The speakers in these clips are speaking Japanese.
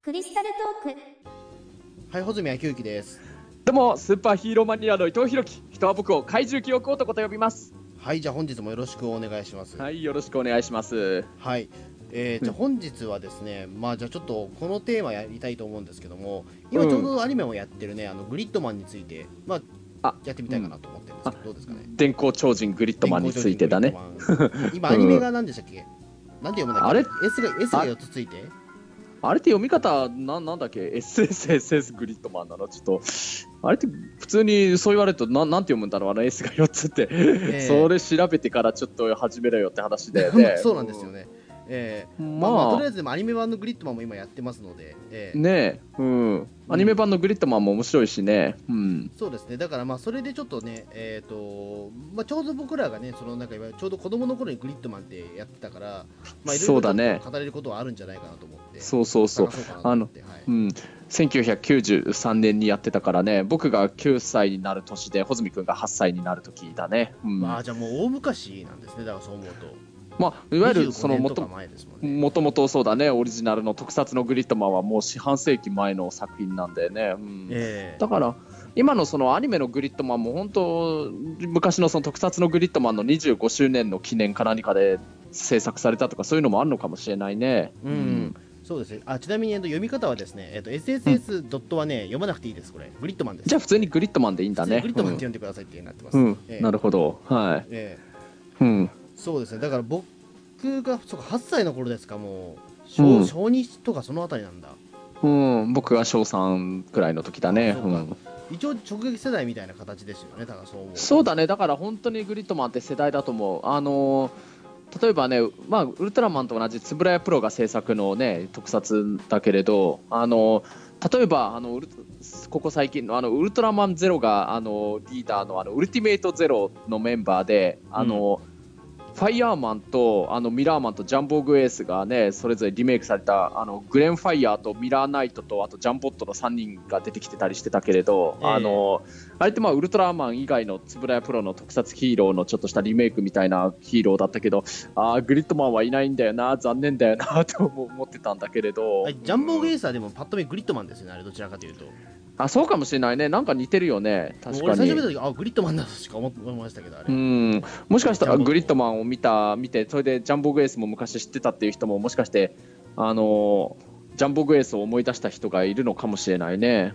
クリスタルトーク。 はい、穂積昭之です。 どうも、スーパーヒーローマニアの伊藤弘樹。人は僕を怪獣記憶男と呼びます。 はい、じゃあ本日もよろしくお願いします。 はい、よろしくお願いします。 はい、じゃあ本日はですね、じゃあちょっとこのテーマやりたいと思うんですけども、今ちょうどアニメもやってるね、グリッドマンについて、やってみたいかなと思ってるんですけど、どうですかね。 電光超人グリッドマンについてだね。 今アニメが何でしたっけ、なんて読むんだっけ。 あれ S が4つついて、 あれって読み方なんだっけ ?SSSS グリッドマンなのちょっと、あれって普通にそう言われるとなんて読むんだろうS が4つって、それ調べてからちょっと始めろよって話で、 そうなんですよね。とりあえずでもアニメ版のグリッドマンも今やってますので、 ねえ、アニメ版のグリッドマンも面白いしね、 そうですね。だからそれでちょっとね、ちょうど僕らがね、そのなんかちょうど子供の頃にグリッドマンってやってたから、いろいろと語れることはあるんじゃないかなと思って、 そう1993年にやってたからね、僕が9歳になる年で穂積君が8歳になる時だね。 じゃあもう大昔なんですね。だからそう思うと。 いわゆるそのもともとそうだね、オリジナルの特撮のグリッドマンはもう四半世紀前の作品なんだよね。だから今のそのアニメのグリッドマンも本当昔のその特撮のグリッドマンの25周年の記念か何かで制作されたとかそういうのもあるのかもしれないね。 そうですね。ちなみに読み方はですね、SSS ドットはね、読まなくていいです。これグリッドマンです。 じゃあ普通にグリッドマンでいいんだね。 グリッドマンって呼んでくださいってなってます。 なるほど。はい。 そうですね。だから僕が8歳の頃ですか、もう小2とかそのあたりなんだ。 僕が小3くらいの時だね。 一応直撃世代みたいな形ですよね。だからそうだね。だから本当にグリッドマンって世代だと思う。例えばね、ウルトラマンと同じ円谷プロが制作のね特撮だけれど、例えばここ最近のウルトラマンゼロがリーダーのウルティメイトゼロのメンバーでファイヤーマンとミラーマンとジャンボーグエースがねそれぞれリメイクされたグレンファイヤーとミラーナイトとあとジャンボットの3人が出てきてたりしてたけれど、あれってウルトラマン以外の円谷プロの特撮ヒーローのちょっとしたリメイクみたいなヒーローだったけど、グリッドマンはいないんだよな、残念だよなと思ってたんだけれど、 ジャンボーグエースはでもパッと見グリッドマンですよね、あれどちらかというと。 そうかもしれないね。なんか似てるよね。確かに。 俺最初見た時グリッドマンだとしか思いましたけど、あれ。 もしかしたらグリッドマンを見てそれでジャンボグエースも昔知ってたっていう人ももしかしてジャンボグエースを思い出した人がいるのかもしれないね。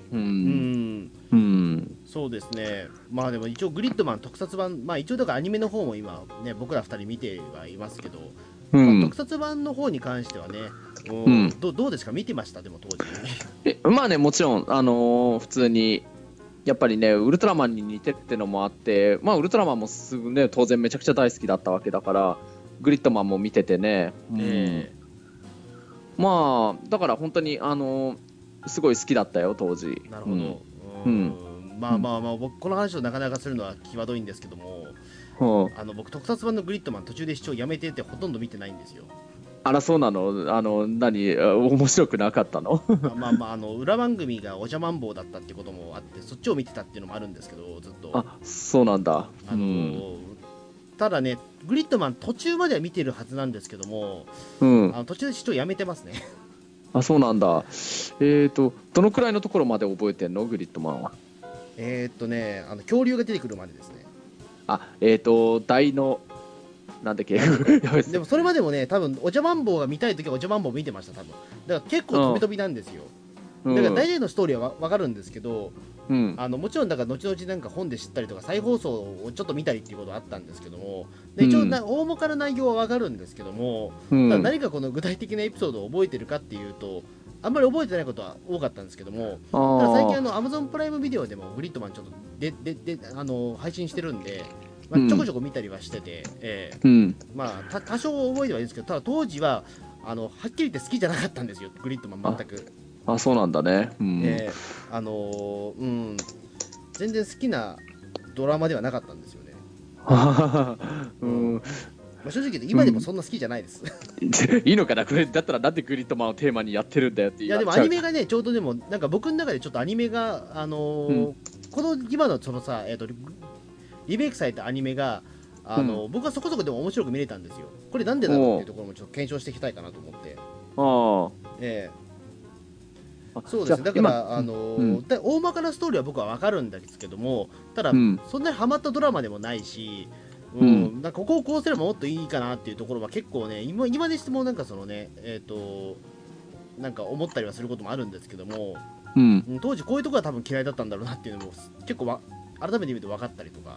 そうですね。でも一応グリッドマン特撮版、一応だからアニメの方も今ね僕ら2人見てはいますけど、特撮版の方に関してはね。どうですか、見てましたでも当時。 もちろん普通にやっぱりねウルトラマンに似てってのもあって、ウルトラマンもすぐね当然めちゃくちゃ大好きだったわけだからグリッドマンも見ててね、だから本当にすごい好きだったよ当時。 なるほど。僕この話をなかなかするのは際どいんですけども、僕特撮版のグリッドマン途中で視聴やめててほとんど見てないんですよ。 そうなの。面白くなかったの？ 裏番組がおじゃマンボウだったってこともあってそっちを見てたっていうのもあるんですけど、ずっと。 そうなんだ。 ただねグリッドマン途中までは見てるはずなんですけども、途中で視聴やめてますね。 そうなんだ。どのくらいのところまで覚えてんのグリッドマンは？ 恐竜が出てくるまでですね。 大のなんだっけでもそれまでもね多分おじゃマンボウが見たい時はおじゃマンボウ見てました多分。だから結構飛び飛びなんですよ。だから大体のストーリーは分かるんですけど、もちろんだから後々なんか本で知ったりとか再放送をちょっと見たりっていうことはあったんですけども、一応大まかな内容は分かるんですけども、何かこの具体的なエピソードを覚えてるかっていうとあんまり覚えてないことは多かったんですけども、ただ最近Amazon プライムビデオでもグリッドマンちょっと配信してるんで、ちょこちょこ見たりはしてて、多少覚えてはいるんですけど、ただ当時ははっきり言って好きじゃなかったんですよグリッドマン全く。 そうなんだね。 全然好きなドラマではなかったんですよね。正直言って今でもそんな好きじゃないです。 いいのかなこれだったらなんでグリッドマンをテーマにやってるんだよって言っちゃう。 いやでもアニメがねちょうどでもなんか僕の中でちょっとアニメがこの今のそのさリメイクされたアニメが僕はそこそこでも面白く見れたんですよ。これなんでだろうっていうところもちょっと検証していきたいかなと思って。 そうですね、だから大まかなストーリーは僕は分かるんですけども、ただ、そんなにハマったドラマでもないし、なんかここをこうすればもっといいかなっていうところは結構ね、今にしてもなんかそのね、なんか思ったりはすることもあるんですけども、当時こういうところが多分嫌いだったんだろうなっていうのも結構改めて見ると分かったりとか。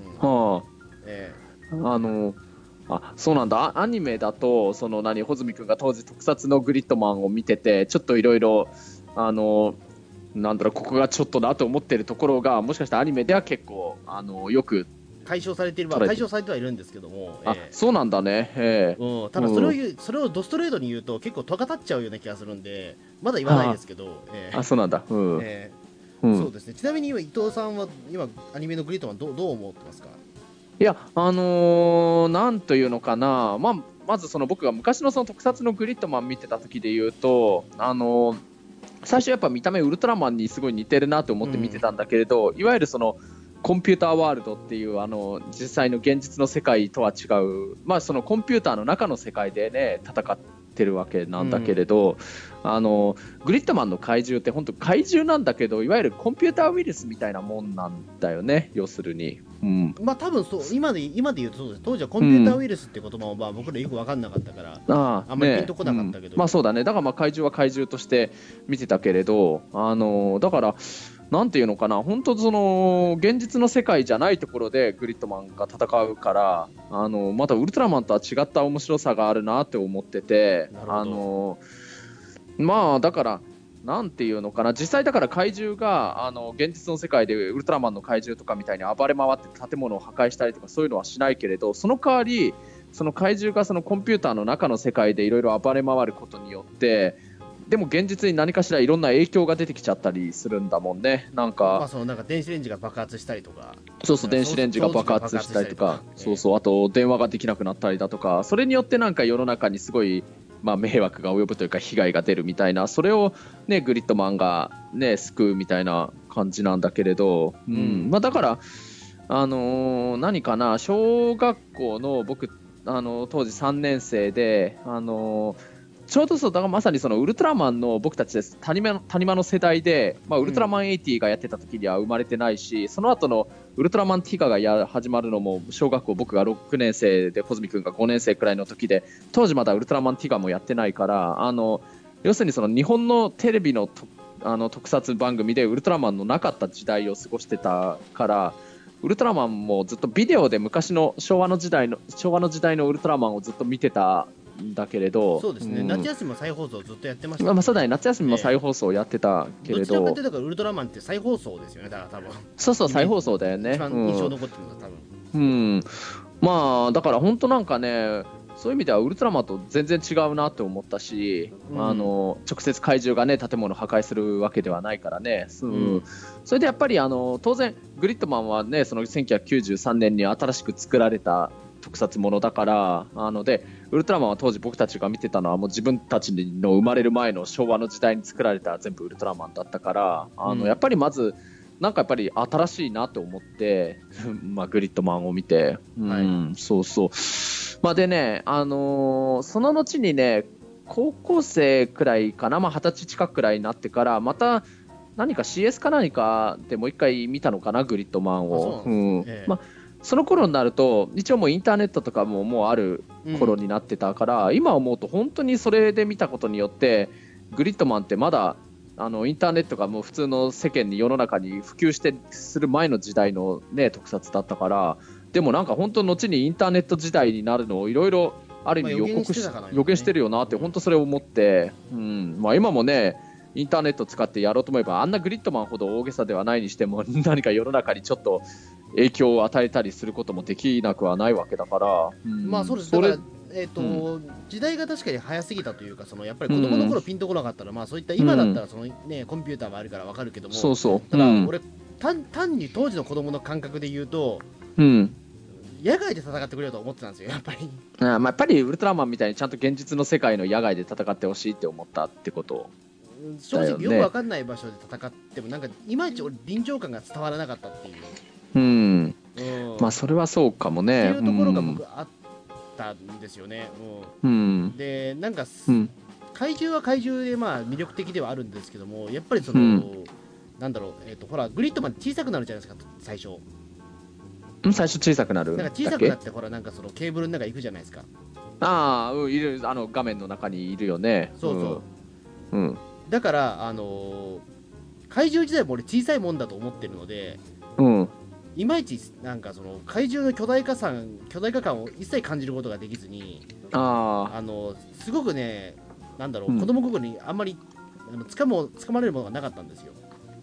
そうなんだ。アニメだとその穂積君が当時特撮のグリッドマンを見てて、ちょっといろいろなんだろう、ここがちょっとなと思ってるところが、もしかしたらアニメでは結構よく解消されている、解消されてはいるんですけども、 そうなんだね。 ただそれをドストレートに言うと結構とが立っちゃうような気がするんで、まだ言わないですけど。 そうなんだ。 そうですね。ちなみに今伊藤さんは今アニメのグリッドマンどう思ってますか？ いや、なんというのかな、まず僕が昔のその特撮のグリッドマン見てた時で言うと、最初やっぱ見た目ウルトラマンにすごい似てるなと思って見てたんだけれど、いわゆるそのコンピューターワールドっていう実際の現実の世界とは違う、そのコンピューターの中の世界でね戦ってるわけなんだけれど、グリッドマンの怪獣って本当怪獣なんだけど、いわゆるコンピューターウイルスみたいなもんなんだよね、要するに。 多分そう、今で言うとそうです。当時はコンピューターウイルスって言葉も僕らよく分かんなかったから、あんまりピンとこなかったけど、 そうだね。だから怪獣は怪獣として見てたけれど、だからなんていうのかな、本当その現実の世界じゃないところでグリッドマンが戦うから、またウルトラマンとは違った面白さがあるなって思ってて、だからなんていうのかな、実際だから怪獣が現実の世界でウルトラマンの怪獣とかみたいに暴れ回って建物を破壊したりとかそういうのはしないけれど、その代わりその怪獣がそのコンピューターの中の世界でいろいろ暴れ回ることによって、でも現実に何かしらいろんな影響が出てきちゃったりするんだもんね。なんか電子レンジが爆発したりとか、 電子レンジが爆発したりとか、あと電話ができなくなったりだとか、それによってなんか世の中にすごい迷惑が及ぶというか被害が出るみたいな、それをねグリッドマンがね救うみたいな感じなんだけれど、だから何かな、小学校の僕当時3年生でちょうどだからまさにそのウルトラマンの僕たちです谷間の世代で、ウルトラマン80がやってた時には生まれてないし、その後のウルトラマンティガが始まるのも小学校僕が6年生で小泉君が5年生くらいの時で、当時まだウルトラマンティガもやってないから、要するにその日本のテレビの特撮番組でウルトラマンのなかった時代を過ごしてたから、ウルトラマンもずっとビデオで昔の昭和の時代のウルトラマンをずっと見てただけれど、 そうですね、夏休みも再放送ずっとやってましたね。 そうだね、夏休みも再放送やってたけれど、 どちらかというとウルトラマンって再放送ですよね、だから多分。 そう再放送だよね。 一番印象残ってるのは多分。 だから本当なんかね、そういう意味ではウルトラマンと全然違うなって思ったし、直接怪獣がね建物を破壊するわけではないからね。それでやっぱり当然グリッドマンはね、その1993年に新しく作られた特撮ものだから、でウルトラマンは当時僕たちが見てたのはもう自分たちの生まれる前の昭和の時代に作られた全部ウルトラマンだったから、やっぱりまずなんかやっぱり新しいなと思ってグリッドマンを見て、でね、その後にね高校生くらいかな、20歳近くくらいになってからまた何か CS か何かでもう一回見たのかな、グリッドマンを。その頃になると一応もうインターネットとかもうある頃になってたから、今思うと本当にそれで見たことによってグリッドマンってまだインターネットがもう普通の世間に世の中に普及してする前の時代の、ね、特撮だったから、でもなんか本当後にインターネット時代になるのをいろいろある意味予言してるよなって本当それを思って、今もねインターネット使ってやろうと思えばあんなグリッドマンほど大げさではないにしても何か世の中にちょっと影響を与えたりすることもできなくはないわけだから、 そうです。だから時代が確かに早すぎたというか、やっぱり子供の頃ピンとこなかったら、そういった今だったらコンピューターがあるから分かるけども、ただ俺単に当時の子供の感覚で言うと、野外で戦ってくれると思ってたんですよ、やっぱり。 やっぱりウルトラマンみたいにちゃんと現実の世界の野外で戦ってほしいって思ったってこと正直よく分かんない場所で戦ってもなんかいまいち臨場感が伝わらなかったっていう。 それはそうかもね。 っていうところが僕あったんですよね。でなんか怪獣は怪獣でまあ魅力的ではあるんですけども、やっぱりその、なんだろう、ほらグリッドマン小さくなるじゃないですか、最初。 最初小さくなる。 なんか小さくなって、ほらなんかそのケーブルの中行くじゃないですか。 ああ、いる、画面の中にいるよね。 そうそう。だから怪獣自体も俺小さいもんだと思ってるので、いまいちなんかその怪獣の巨大化感を一切感じることができずに、すごくね、なんだろう、子供心にあんまり掴まれるものがなかったんですよ。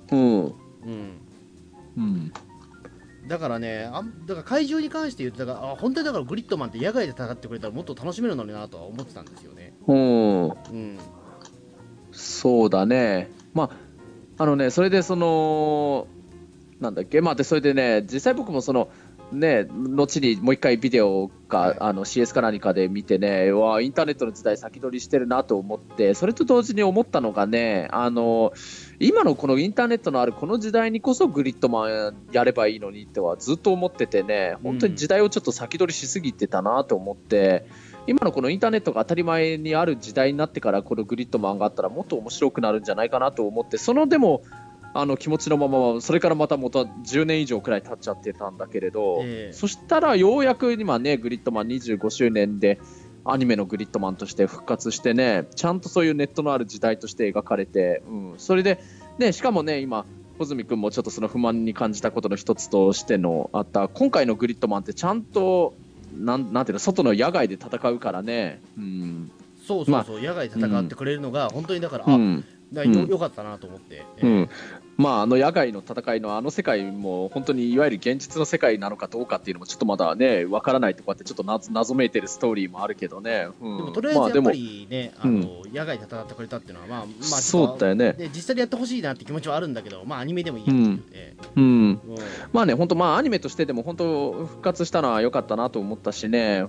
だからね、だから怪獣に関して言ってたから、本当にだからグリッドマンって野外で戦ってくれたらもっと楽しめるのになとは思ってたんですよね。 そうだね。まあそれでそのなんだっけ、でそれでね、実際僕もそのね、後にもう一回ビデオか、CS か何かで見てね、インターネットの時代先取りしてるなと思って、それと同時に思ったのがね、今のこのインターネットのあるこの時代にこそグリッドマンやればいいのにってはずっと思っててね、本当に時代をちょっと先取りしすぎてたなと思って、今のこのインターネットが当たり前にある時代になってからこのグリッドマンがあったらもっと面白くなるんじゃないかなと思って、でも気持ちのままそれからまた10年以上くらい経っちゃってたんだけれど、そしたらようやく今ねグリッドマン25周年でアニメのグリッドマンとして復活してね、ちゃんとそういうネットのある時代として描かれて、それで、ね、しかもね今穂積君もちょっとその不満に感じたことの一つとしてのあった今回のグリッドマンってちゃんとなんていうの、外の野外で戦うからね、 そう、野外で戦ってくれるのが本当にだから、よかったなと思って、 野外の戦いの世界も本当にいわゆる現実の世界なのかどうかっていうのもちょっとまだね分からないとこうやってちょっと謎めいてるストーリーもあるけどね、 でもとりあえずやっぱりね、野外で戦ってくれたっていうのはそうだよね、 実際にやってほしいなって気持ちはあるんだけど、アニメでもいいやっていうね、本当アニメとしてでも本当復活したのは良かったなと思ったしね、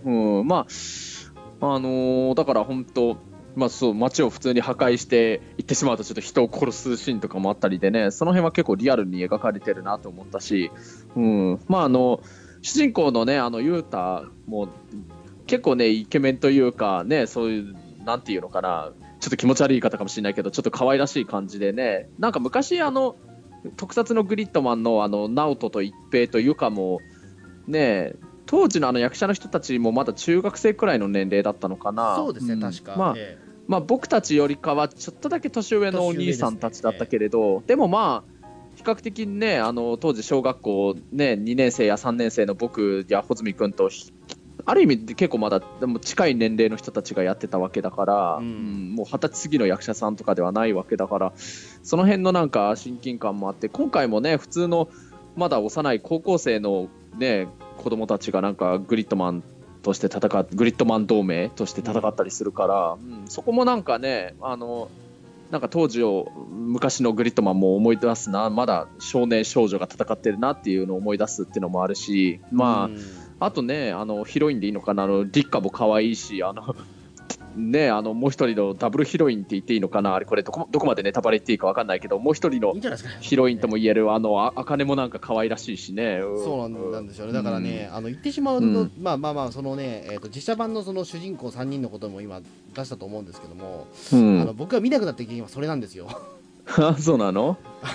だから本当そう街を普通に破壊していってしまうとちょっと人を殺すシーンとかもあったりでね、その辺は結構リアルに描かれてるなと思ったし、主人公のねユータも結構ねイケメンというかね、そういうなんていうのかな、ちょっと気持ち悪い言い方かもしれないけどちょっと可愛らしい感じでね、なんか昔特撮のグリッドマンのナオトと一平とユカもね、当時の役者の人たちもまだ中学生くらいの年齢だったのかな。 そうですね、確か。 僕たちよりかはちょっとだけ年上のお兄さんたちだったけれど、でも比較的にね当時小学校、ね、2年生や3年生の僕や穂積君とある意味結構まだでも近い年齢の人たちがやってたわけだから、もう20歳過ぎの役者さんとかではないわけだから、その辺のなんか親近感もあって、今回もね普通のまだ幼い高校生のね子供たちがなんかグリッドマンとしてグリッドマン同盟として戦ったりするから、そこもなんかねなんか当時を昔のグリッドマンも思い出すな、まだ少年少女が戦ってるなっていうのを思い出すっていうのもあるし、あとねヒロインでいいのかな、リッカも可愛いし、ね、もう一人のダブルヒロインって言っていいのかな、あれこれどこまでネタバレ言っていいか分かんないけど、もう一人のヒロインとも言える茜もなんか可愛らしいしね。 そうなんですよね。だからね、言ってしまうと、そのね、実写版のその主人公3人のことも今出したと思うんですけども、僕が見なくなった原因はそれなんですよ。 そうなの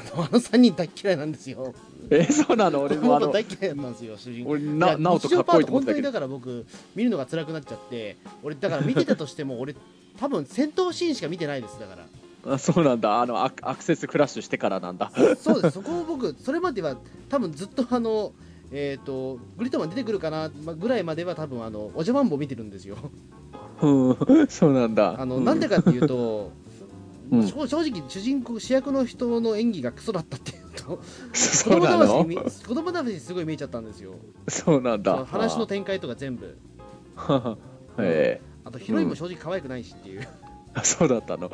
？3人大嫌いなんですよ。 そうなの？俺も大嫌いなんですよ、主人公。 俺ナオトかっこいいと思ったけど、 本当にだから僕見るのが辛くなっちゃって、俺だから見てたとしても俺多分戦闘シーンしか見てないです。だからそうなんだ、アクセスクラッシュしてからなんだ。 そうです。そこを僕それまでは多分ずっとグリッドマン出てくるかなぐらいまでは多分おじゃまんぼ見てるんですよ。 そうなんだ。 なんでかっていうと、正直主役の人の演技がクソだったっていうと子供騙しにすごい見えちゃったんですよ。 そうなんだ。 話の展開とか全部あとヒロインも正直可愛くないしっていう、 そうだったの。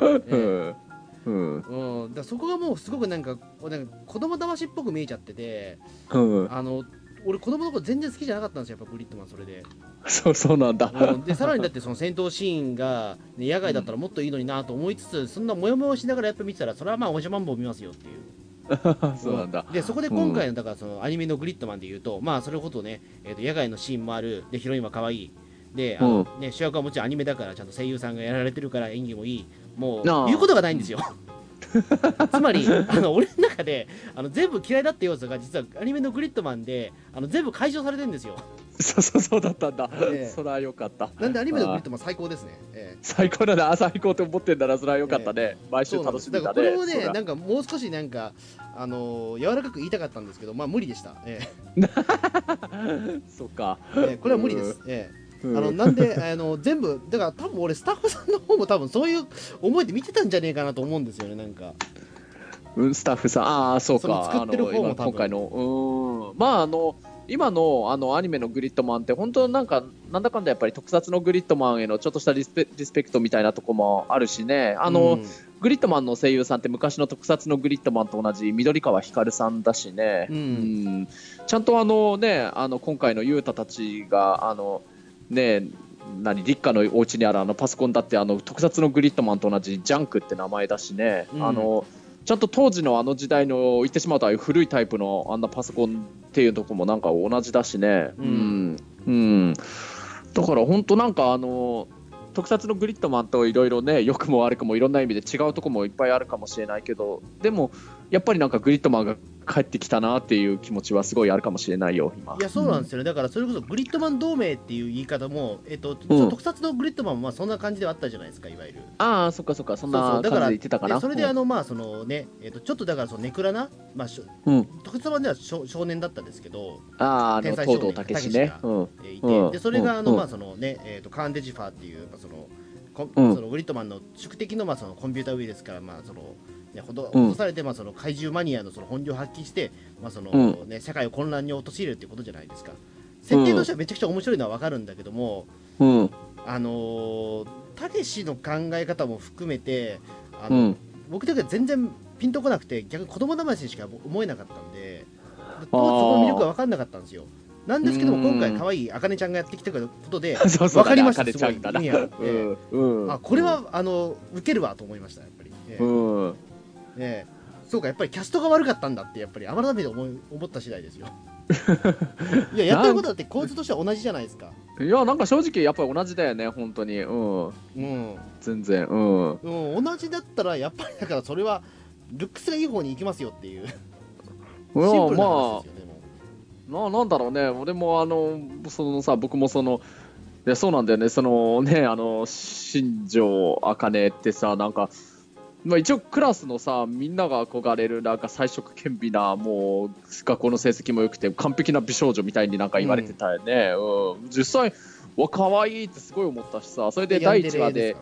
だそこがもうすごくなんか子供騙しっぽく見えちゃってて、俺子供の頃全然好きじゃなかったんですよ、やっぱグリッドマン。それでそうなんだ。 でさらにだってその戦闘シーンが、ね、野外だったらもっといいのになと思いつつ、そんなモヤモヤしながらやっぱ見てたら、それはおじゃまんぼ見ますよっていう。 そうなんだ。 でそこで今回のだからそのアニメのグリッドマンでいうと、それほどね、野外のシーンもあるで、ヒロインは可愛いで、主役はもちろんアニメだからちゃんと声優さんがやられてるから演技もいい、 もう言うことがないんですよつまり俺の中で全部嫌いだった要素が実はアニメのグリッドマンで全部解消されてるんですよ。 そうだったんだ、それはよかった。 なんでアニメのグリッドマン最高ですね。 最高だな、最高って思ってんだな、それはよかったね。毎週楽しみだね。 だからこれをね、なんかもう少しなんか柔らかく言いたかったんですけど、まあ無理でした。 そっか、 これは無理です。なんで全部だから多分俺スタッフさんの方も多分そういう思いで見てたんじゃねえかなと思うんですよね、なんか。 スタッフさん、そうか、 作ってる方も多分今回のまあ今のアニメのグリッドマンって本当なんかなんだかんだやっぱり特撮のグリッドマンへのちょっとしたリスペクトみたいなとこもあるしね、グリッドマンの声優さんって昔の特撮のグリッドマンと同じ緑川光さんだしね、ちゃんと今回のユータたちが立花のお家にあるパソコンだって特撮のグリッドマンと同じジャンクって名前だしね、ちゃんと当時の時代の言ってしまうとああいう古いタイプのあんなパソコンっていうとこもなんか同じだしね、だから本当なんか特撮のグリッドマンといろいろね良くも悪くもいろんな意味で違うとこもいっぱいあるかもしれないけど、でもやっぱりなんかグリッドマンが帰ってきたなっていう気持ちはすごいあるかもしれないよ今。 いやそうなんですよね、だからそれこそグリッドマン同盟っていう言い方も、特撮のグリッドマンもまあそんな感じではあったじゃないですか、いわゆる。 そっかそんな感じで言ってたかな。 それでまあそのね、ちょっとだからそのネクラな、まあ特撮版では少年だったんですけど、 天才少年たけしねいて、でそれがまあそのねカーン・デジファーっていうそのグリッドマンの宿敵のまあそのコンピューターウイルスからまあその脅されてまあその怪獣マニアのその本領を発揮してまあその社会を混乱に陥れるっていうことじゃないですか。設定としてはめちゃくちゃ面白いのは分かるんだけども、たけしの考え方も含めて僕だけ全然ピンとこなくて、逆に子供騙しにしか思えなかったんで、そこの魅力が分かんなかったんですよ。なんですけども今回可愛いあかねちゃんがやってきたことで分かりました。すごい意味ある。これはウケるわと思いましたやっぱり。そうか、やっぱりキャストが悪かったんだってやっぱり改めて思った次第ですよ。いや、やってることだって構図としては同じじゃないですか。 いやなんか正直やっぱり同じだよね本当に。全然同じだったらやっぱりだからそれはルックスがいい方に行きますよっていうシンプルな話ですよね。 なんだろうね、俺もそのさ僕もいやそうなんだよね、新庄茜ってさなんか。一応クラスのさみんなが憧れるなんか才色兼備なもう学校の成績も良くて完璧な美少女みたいになんか言われてたよね。実際可愛いってすごい思ったしさ、それで第1話で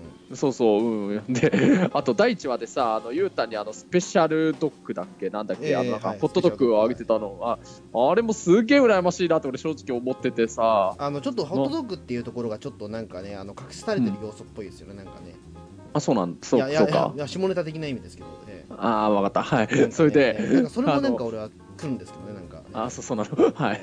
であと第1話でさゆうたにスペシャルドッグだっけなんだっけなんかホットドッグをあげてたの、あれもすげえ羨ましいなって俺正直思っててさ、 ちょっとホットドッグっていうところがちょっとなんかね隠されてる要素っぽいですよね、なんかね。 そうか。 いや下ネタ的な意味ですけど。 分かった。はい。それでなんかそれもなんか俺は来るんですけどね、なんか。 そうなの。はい。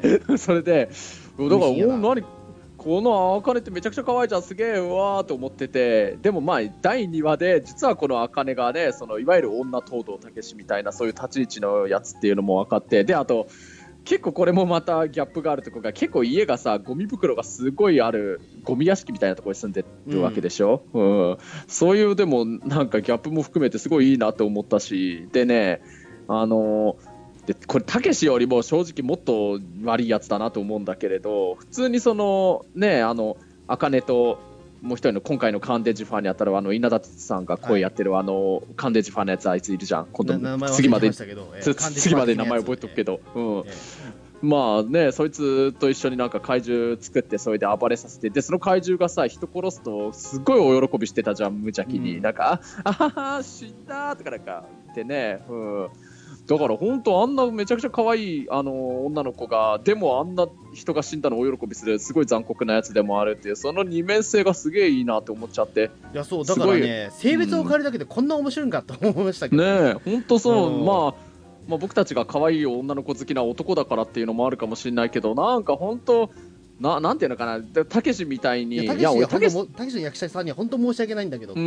それでだから何このあかねってめちゃくちゃ可愛いじゃん、すげえうわーと思ってて、でもまあ第2話で実はこのあかねがねいわゆる女東堂たけしみたいなそういう立ち位置のやつっていうのも分かって、であと結構これもまたギャップがあるところが、結構家がさゴミ袋がすごいあるゴミ屋敷みたいなところに住んでるわけでしょ、そういうでもなんかギャップも含めてすごいいいなと思ったし、でねでこれたけしよりも正直もっと悪いやつだなと思うんだけれど、普通にあかねともう一人の今回のカンデジファーにあたる稲田哲さんが声やってる、カンデジファーのやつあいついるじゃん、今度次まで名前覚えとくけど、まあねそいつと一緒になんか怪獣作ってそれで暴れさせて、でその怪獣がさ人殺すとすごい大喜びしてたじゃん無邪気に、なんかあはは死んだとかなんか言ってね、だから本当あんなめちゃくちゃ可愛い女の子がでもあんな人が死んだの大喜びするすごい残酷なやつでもあるっていう、その二面性がすげえいいなって思っちゃって。 いやそうだからね、性別を変えるだけでこんな面白いんかと思いましたけどね。本当そう、まあ僕たちが可愛い女の子好きな男だからっていうのもあるかもしれないけど、なんか本当なんていうのかな、たけしみたいに、 たけしの役者さんには本当申し訳ないんだけど、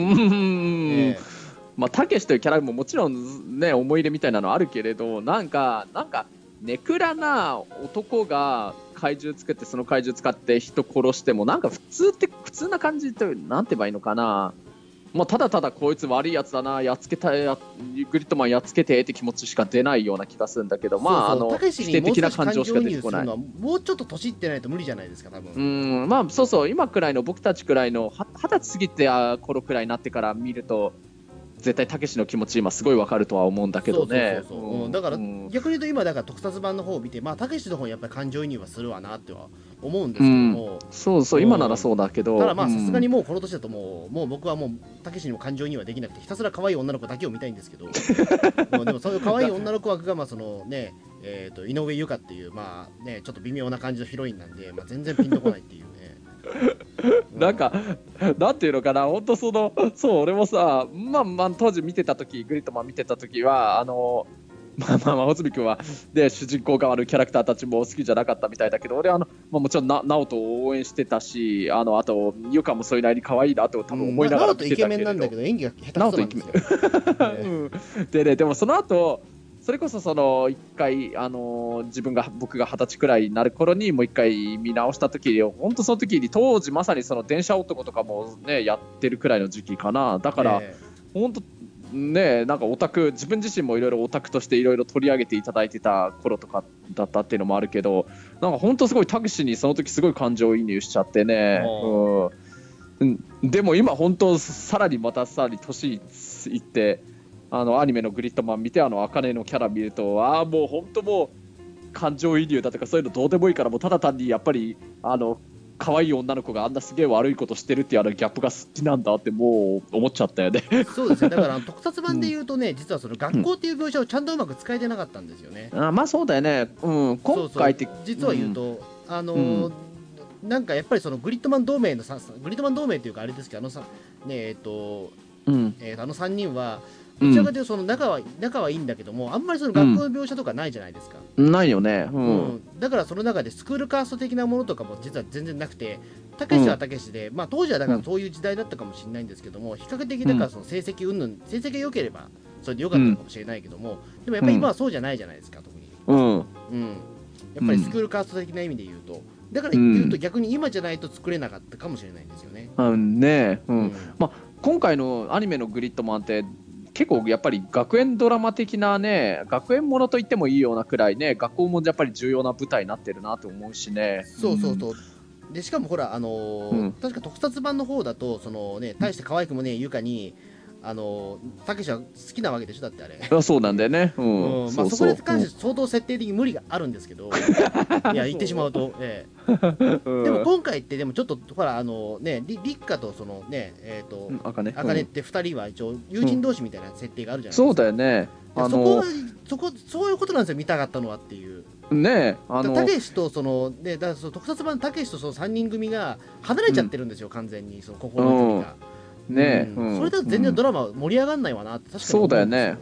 たけしというキャラももちろんね思い入れみたいなのあるけれど、なんかネクラな男が怪獣作ってその怪獣使って人殺してもなんか普通な感じとなんて言えばいいのかな、 まあ、ただただこいつ悪いやつだな、やっつけたグリッドマンやっつけてって気持ちしか出ないような気がするんだけど、まあたけしにもう少し感情移入するのはもうちょっと年いってないと無理じゃないですか、多分。 まあそうそう、今くらいの僕たちくらいの20歳過ぎて頃くらいになってから見ると絶対たけしの気持ち今すごいわかるとは思うんだけどね。 だから逆に言うと今だから特撮版の方を見て、まあたけしの方にやっぱり感情移入はするわなっては思うんですけども、 そうそう、今ならそうだけど、 ただまあさすがにもうこの年だともう僕はもうたけしにも感情移入はできなくて、ひたすら可愛い女の子だけを見たいんですけどでもそういう可愛い女の子枠がまあそのね井上由香っていうまあねちょっと微妙な感じのヒロインなんで、まあ、全然ピンとこないっていうねなんか、なんていうのかな、本当そう俺もさ、まあ当時見てた時、グリッドマン見てた時は穂積君はで主人公側のキャラクターたちも好きじゃなかったみたいだけど、俺はもちろん直人を応援してたし、あとユカもそれなりに可愛いなと多分思いながら見てたけれど、 直人イケメンなんだけど演技が下手くそなんですよでね、でもその後それこそその一回僕が20歳くらいになる頃にもう一回見直した時に、本当その時に当時まさにその電車男とかもねやってるくらいの時期かな。だから本当ね、なんかオタク、自分自身もいろいろオタクとしていろいろ取り上げていただいてた頃とかだったっていうのもあるけど、なんか本当すごいたけしにその時すごい感情移入しちゃってね。でも今本当さらに年いってアニメのグリッドマン見て茜のキャラ見るともう本当もう感情移入だとかそういうのどうでもいいから、もうただ単にやっぱり可愛い女の子があんなすげえ悪いことしてるっていうギャップが好きなんだってもう思っちゃったよね。 そうですね、だから特撮版で言うとね、実はその学校っていう描写をちゃんとうまく使えてなかったんですよね。 まあそうだよね、今回って実は言うと、なんかやっぱりそのグリッドマン同盟のグリッドマン同盟っていうかあれですけど、ね3人はどちらかというとその仲はいいんだけども、あんまりその学校の描写とかないじゃないですか。 ないよね。 だからその中でスクールカースト的なものとかも実は全然なくて、たけしはたけしで、まあ当時はだからそういう時代だったかもしれないんですけども、比較的だからその成績成績が良ければそれで良かったのかもしれないけども、でもやっぱり今はそうじゃないじゃないですか、特に。やっぱりスクールカースト的な意味で言うと、だから言うと逆に今じゃないと作れなかったかもしれないんですよね。 まあ今回のアニメのグリッドマンって結構やっぱり学園ドラマ的なね、学園ものと言ってもいいようなくらいね、学校もやっぱり重要な舞台になってるなと思うしね。 そうでしかもほら確か特撮版の方だとそのね、大して可愛くもねゆかにたけしは好きなわけでしょ、だってあれ。 そうなんだよね。 まあそこに関して相当設定的に無理があるんですけどいや言ってしまうと、でも今回ってでもちょっとほら立花とそのね茜って2人は一応友人同士みたいな設定があるじゃないですか。 そうだよね。 そういうことなんですよ、見たかったのはっていうね。 たけしとそのね、だから特撮版たけしとその3人組が離れちゃってるんですよ、完全にその心の距離が。それだと全然ドラマ盛り上がらないわなって確かにそうだよね。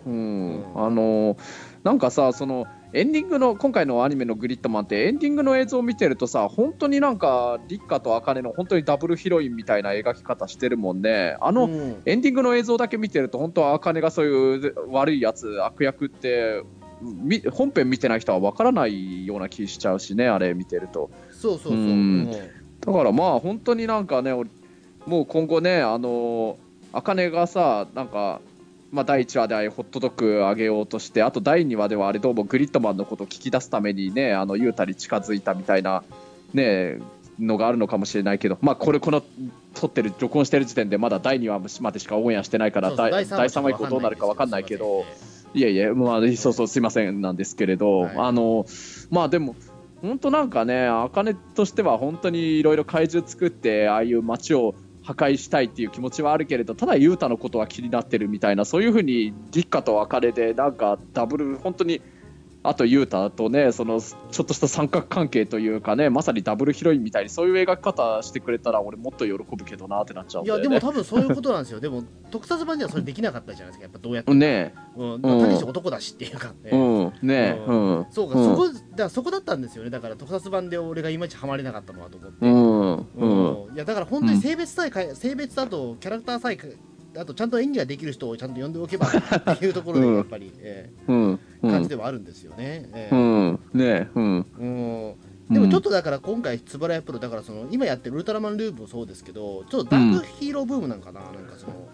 なんかさ、そのエンディングの今回のアニメのグリッドマンってエンディングの映像を見てるとさ、本当になんか立花と茜の本当にダブルヒロインみたいな描き方してるもんね。エンディングの映像だけ見てると本当は茜がそういう悪いやつ悪役って本編見てない人は分からないような気しちゃうしね、あれ見てると。だからまあ本当になんかね、もう今後ね、茜がさ、なんか、まあ、第1話でホットドッグあげようとして、あと第2話ではあれどうもグリッドマンのことを聞き出すためにね、ユータに近づいたみたいなねのがあるのかもしれないけど、まあこの録音してる時点でまだ第2話までしかオンエアしてないから、第3話以降どうなるか分かんないけど、いやいや、まあそうすいませんなんですけれど、まあでも本当なんかね、茜としては本当にいろいろ怪獣作ってああいう街を破壊したいっていう気持ちはあるけれど、ただユータのことは気になってるみたいな、そういう風に立花と茜でなんかダブル、本当にあとユータとね、そのちょっとした三角関係というかね、まさにダブルヒロインみたいにそういう描き方してくれたら俺もっと喜ぶけどなってなっちゃうんだよね。 いやでも多分そういうことなんですよ。でも特撮版ではそれできなかったじゃないですか、やっぱどうやってね、たけし男だしっていうかそこだったんですよね。だから特撮版で俺がいまいちハマれなかったのはと思って、いやだから本当に性別だとキャラクターさえあとちゃんと演技ができる人をちゃんと呼んでおけばっていうところでやっぱり感じではあるんですよね。でもちょっとだから今回つばらやプロだからその今やってるウルトラマンループもそうですけど、ちょっとダークヒーローブームなんかな、なんかその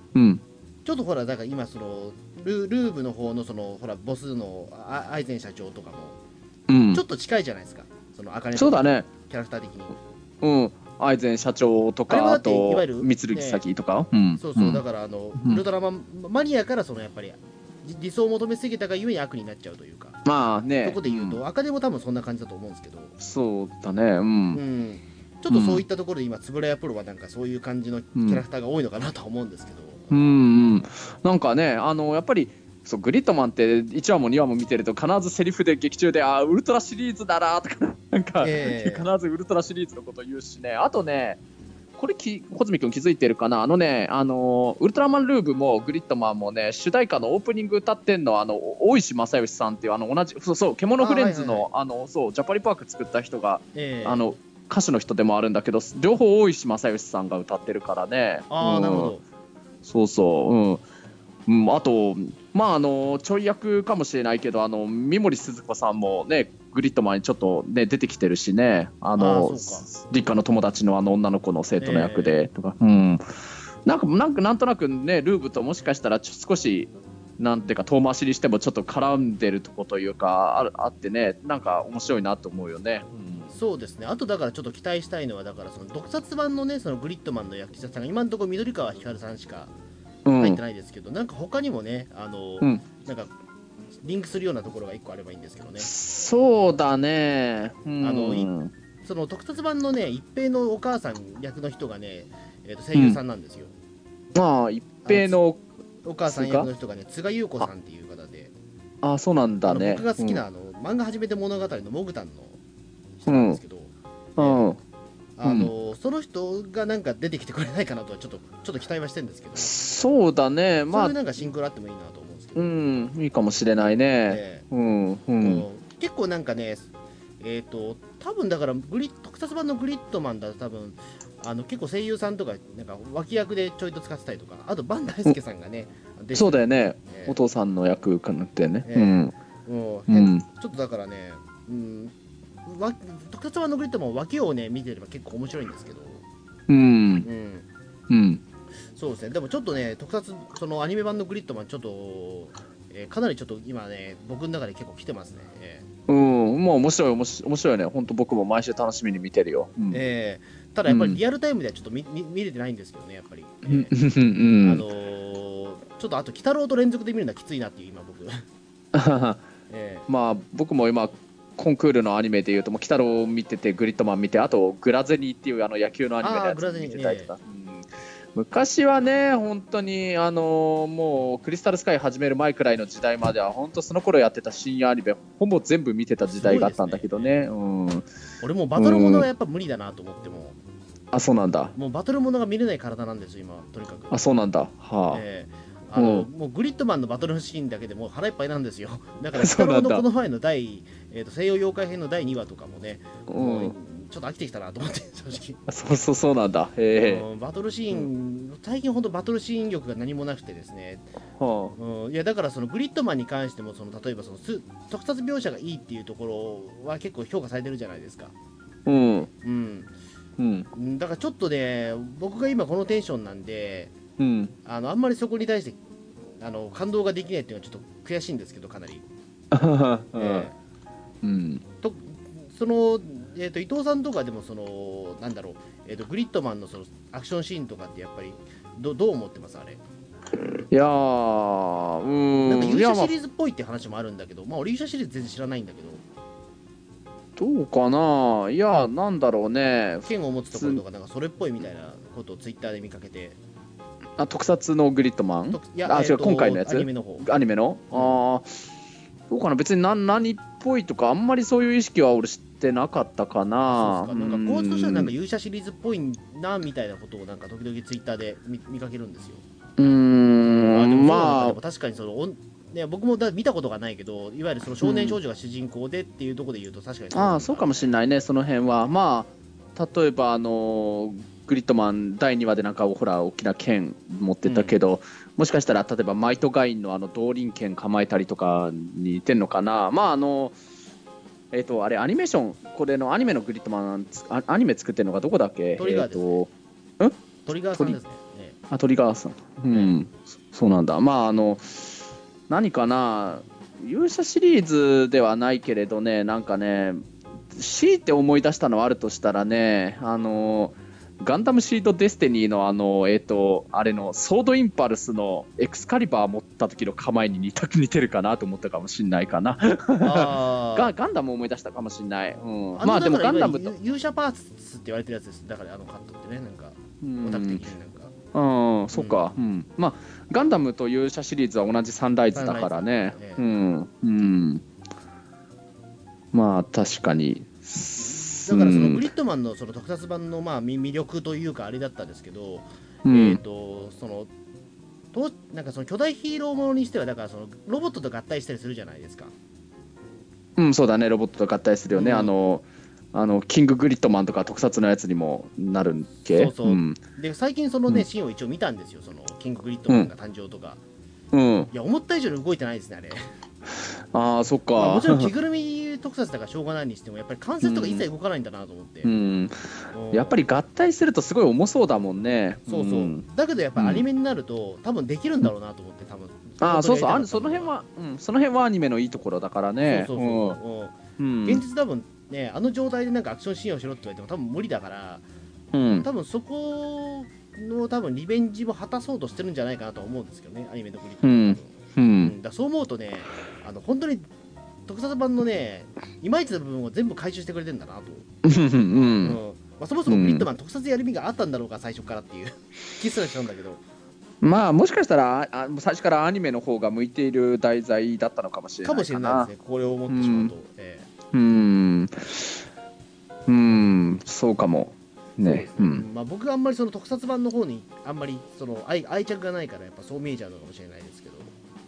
ちょっとほらだから今そのルーブの方のそのほらボスのアイゼン社長とかもちょっと近いじゃないですか、その茜そうだね、 キャラクター的に。アイゼン社長とか、あと三剣先とか、 そうそう、だからウルトラマンマニアからそのやっぱり理想を求めすぎたがゆえに悪になっちゃうというか、 まあね、 そこで言うと、茜も多分そんな感じだと思うんですけど、 そうだね、 ちょっとそういったところで今円谷プロはなんかそういう感じのキャラクターが多いのかなとは思うんですけど、 なんかね、やっぱりそうグリッドマンって1話も2話も見てると必ずセリフで劇中でウルトラシリーズだなとかなんか、必ずウルトラシリーズのことを言うしね。あとね、これ穂積君気づいてるかな、ウルトラマンルーブもグリッドマンもね、主題歌のオープニング歌ってんの大石正義さんっていう同じそう獣フレンズのそうジャパリパーク作った人が、歌手の人でもあるんだけど、両方大石正義さんが歌ってるからね。 なるほど。 そうそう、あとちょい役かもしれないけど三森すず子さんもねグリッドマンにちょっとね出てきてるしね、立花の友達の女の子の生徒の役でとか、なんとなくねルーブともしかしたら少しなんていうか遠回しにしてもちょっと絡んでるとこというかあってね、なんか面白いなと思うよね。 そうですね。あとだからちょっと期待したいのはだからその特撮版のねそのグリッドマンの役者さんが今のところ緑川光さんしか入ってないですけど、なんか他にもねなんかリンクするようなところが1個あればいいんですけどね。 そうだね。 その特撮版のね一平のお母さん役の人がね、声優さんなんですよ。 一平のお母さん役の人がね津賀優子さんっていう方で、 そうなんだね。 僕が好きな漫画初めて物語のモグタンの人なんですけど、その人がなんか出てきてくれないかなとはちょっと期待はしてるんですけど、 そうだね、 そういうなんかシンクロあってもいいなと思うんですけど、 いいかもしれないね。 結構なんかね多分だから特撮版のグリッドマンだと多分結構声優さんとかなんか脇役でちょいと使ってたりとか、あと坂大輔さんがね、 そうだよね、お父さんの役かなってね。 ちょっとだからね、特撮版のグリッドマン脇をね見てれば結構面白いんですけど、そうですね。でもちょっとね特撮そのアニメ版のグリッドマンちょっと、かなりちょっと今ね僕の中で結構来てますね。 もう面白いね。本当僕も毎週楽しみに見てるよ。 ただやっぱりリアルタイムではちょっと見れてないんですけどね、やっぱり。ちょっとあと鬼太郎と連続で見るのはきついなっていう今僕。 僕も今コンクールのアニメでいうともう鬼太郎を見ててグリッドマン見て、あとグラゼニーっていう野球のアニメのやつ見てたりとか。昔はね本当にもうクリスタルスカイ始める前くらいの時代までは本当その頃やってた深夜アニメほぼ全部見てた時代があったんだけどね。 俺もうバトルものはやっぱ無理だなと思っても、 そうなんだ。 もうバトルものが見れない体なんですよ今とにかく。 そうなんだ。 もうグリッドマンのバトルシーンだけでもう腹いっぱいなんですよ。だから鬼太郎のこの前の西洋妖怪編の第2話とかもね、ちょっと飽きてきたなと思って正直。そうなんだ。 バトルシーン、最近本当バトルシーン力が何もなくてですね。いやだからそのグリッドマンに関しても例えばその特撮描写がいいっていうところは結構評価されてるじゃないですか。だからちょっとね僕が今このテンションなんで、あんまりそこに対して感動ができないっていうのはちょっと悔しいんですけど、かなり。その伊藤さんとかでもそのなんだろう、グリッドマンのそのアクションシーンとかってやっぱりどう思ってますあれ？ いやなんか勇者シリーズっぽいって話もあるんだけど、俺勇者シリーズ全然知らないんだけど。どうかな。いやなんだろうね。 剣を持つところとかなんかそれっぽいみたいなことをツイッターで見かけて。 特撮のグリッドマン？違う今回のやつ？アニメの？どうかな。別に何っぽいとかあんまりそういう意識は俺してなかったかな。 なんか構図としてはなんか勇者シリーズっぽいなみたいなことをなんか時々ツイッターで見かけるんですよ。でも確かにその僕も見たことがないけど、いわゆるその少年少女が主人公でっていうところで言うと確かにそうかもしれないね。その辺は例えばグリッドマン第2話でなんかほら大きな剣持ってたけど、もしかしたら例えばマイトガインの動輪剣構えたりとかに似てんのかな。あれアニメーション、これのアニメのグリッドマンアニメ作ってるのがどこだっけ？ トリガーですね。トリガーさんですね。 トリガーさん、そうなんだ。まあ何かな、勇者シリーズではないけれどね、なんかね、強いて思い出したのはあるとしたらね、ガンダムシードデスティニーのあれのソードインパルスのエクスカリバー持った時の構えに似てるかなと思ったかもしんないかな。ガンダム思い出したかもしんない。 まあでもガンダムと勇者パーツって言われてるやつです。だからカットってね、なんかオタク的になんか。 そうか。まあガンダムと勇者シリーズは同じサンライズだからね。まあ確かに。 だからそのグリッドマンのその特撮版のまあ魅力というかあれだったんですけど、なんかその巨大ヒーローものにしてはだからそのロボットと合体したりするじゃないですか。 そうだね、ロボットと合体するよね。キンググリッドマンとか特撮のやつにもなるんけ。 で最近そのね、シーンを一応見たんですよ。そのキンググリッドマンが誕生とか。いや思った以上に動いてないですねあれ。 そっか。 もちろん着ぐるみ特撮だからしょうがないにしてもやっぱり関節とか一切動かないんだなと思って、 やっぱり合体するとすごい重そうだもんね。 だけどやっぱアニメになると多分できるんだろうなと思って、多分その辺はアニメのいいところだからね。 現実多分ね、あの状態でなんかアクションシーンをしろって言われても多分無理だから、多分そこの多分リベンジも果たそうとしてるんじゃないかなと思うんですけどね、アニメのグリッド。だそう思うとね、本当に特撮版のね、いまいちの部分を全部回収してくれてるんだなと。そもそもグリッドマン特撮やる意味があったんだろうか最初からっていう気すらしちゃうんだけど。 まあもしかしたら最初からアニメの方が向いている題材だったのかもしれないですね。これを思ってしまうと。 そうかもね。 僕はあんまりその特撮版の方にあんまりその愛着がないからやっぱそう見えちゃうのかもしれないですけど。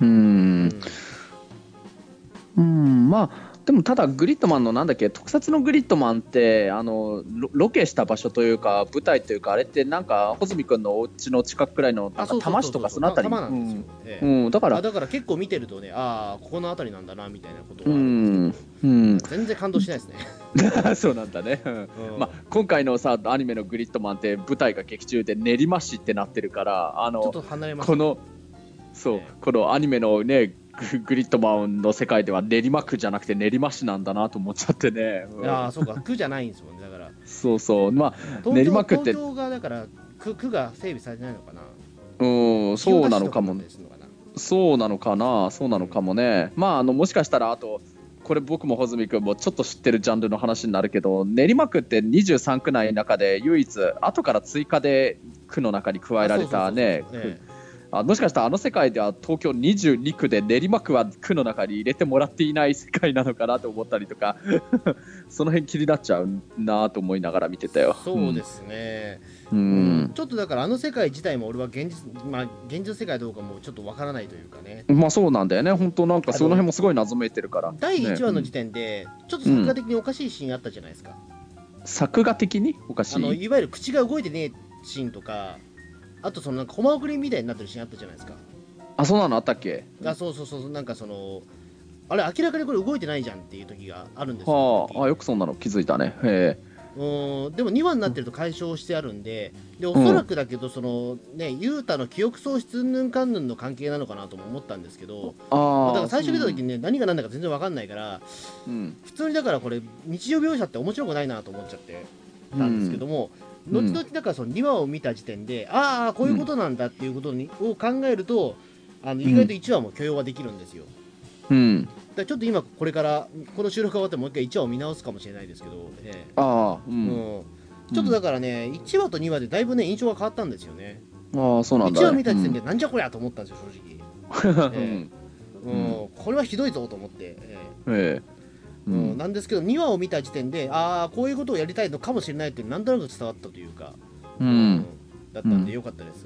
まあでもただグリッドマンのなんだっけ、特撮のグリッドマンってロケした場所というか舞台というかあれってなんか穂積君のお家の近くくらいの多摩市とかそのあたりなんですよ。だから結構見てるとね、ここのあたりなんだなみたいなことはあるんですけど、全然感動しないですね。 そうなんだね。まあ今回のさアニメのグリッドマンって舞台が劇中で練馬市ってなってるからちょっと離れますね。 このアニメのねグリッドマンの世界では練馬区じゃなくて練馬市なんだなと思っちゃってね。 そうか、区じゃないんですもんね。だからまあ練馬区って東京がだから区が整備されてないのかな。 そうなのかも。そうなのかな。そうなのかもね。まあもしかしたらあとこれ僕も穂積君もちょっと知ってるジャンルの話になるけど、練馬区って23区内の中で唯一後から追加で区の中に加えられたね。もしかしたら世界では東京22区で練馬区は区の中に入れてもらっていない世界なのかなと思ったりとかその辺気になっちゃうなと思いながら見てたよ。 そうですね。ちょっとだから世界自体も俺は現実世界どうかもちょっとわからないというかね。 まあそうなんだよね。本当なんかその辺もすごい謎めいてるから。 第1話の時点でちょっと作画的におかしいシーンあったじゃないですか。 作画的におかしい。 いわゆる口が動いてねえシーンとか。あとなんかコマ送りみたいになってるシーンあったじゃないですか。 そうなのあったっけ。 そうなんかあれ明らかにこれ動いてないじゃんっていう時があるんですよ。 よくそんなの気づいたね。 でも2話になってると解消してあるんで、おそらくだけどユータの記憶喪失うんぬんかんぬんの関係なのかなとも思ったんですけど、だから最初見た時にね、何が何だか全然分かんないから、普通にだからこれ日常描写って面白くないなと思っちゃってたんですけども、後々だから2話を見た時点でこういうことなんだっていうことを考えると意外と1話も許容はできるんですよ。だからちょっと今これからこの収録が終わってもう一回1話を見直すかもしれないですけど、ちょっとだからね1話と2話でだいぶね印象が変わったんですよね。 そうなんだ。 1話見た時点でなんじゃこりゃと思ったんですよ正直。これはひどいぞと思って。なんですけど2話を見た時点でこういうことをやりたいのかもしれないってなんとなく伝わったというか、だったんでよかったです。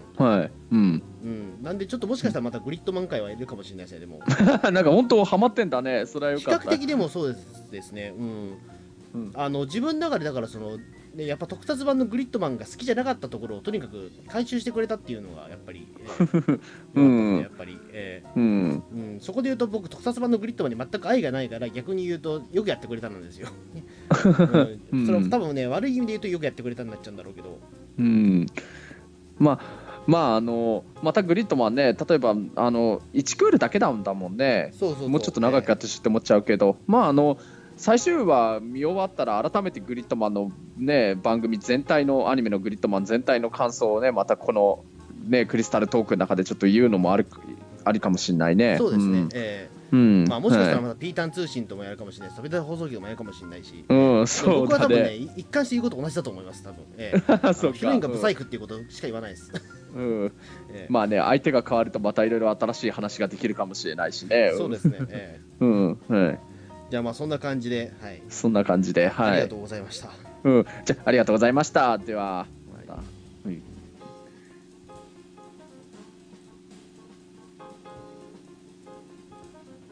なんでちょっともしかしたらまたグリッドマン会はいるかもしれないですね。でもなんか本当ハマってんだね。それはよかった。 比較的でもそうですね。自分の中でだからやっぱ特撮版のグリッドマンが好きじゃなかったところをとにかく回収してくれたっていうのがやっぱりやっぱりそこで言うと僕特撮版のグリッドマンに全く愛がないから逆に言うとよくやってくれたんですよ。それは多分ね悪い意味で言うとよくやってくれたんなっちゃうんだろうけど、 まあまたグリッドマンね、例えば1クールだけなんだもんね。もうちょっと長くやってしって思っちゃうけど、最終話見終わったら改めてグリッドマンの、ね、番組全体のアニメのグリッドマン全体の感想をね、またこの、ね、クリスタルトークの中でちょっと言うのもありかもしれないね。 そうですね、もしかしたらまたピータン通信ともやるかもしれないし、飛び出し放送局もやるかもしれないし、僕は多分ね、一貫して言うこと同じだと思います、多分。ヒロインがブサイクっていうことしか言わないです。 まあね、相手が変わるとまたいろいろ新しい話ができるかもしれないしね。 そうですね。じゃあまあそんな感じで、 そんな感じで、 ありがとうございました。 じゃあありがとうございました。では。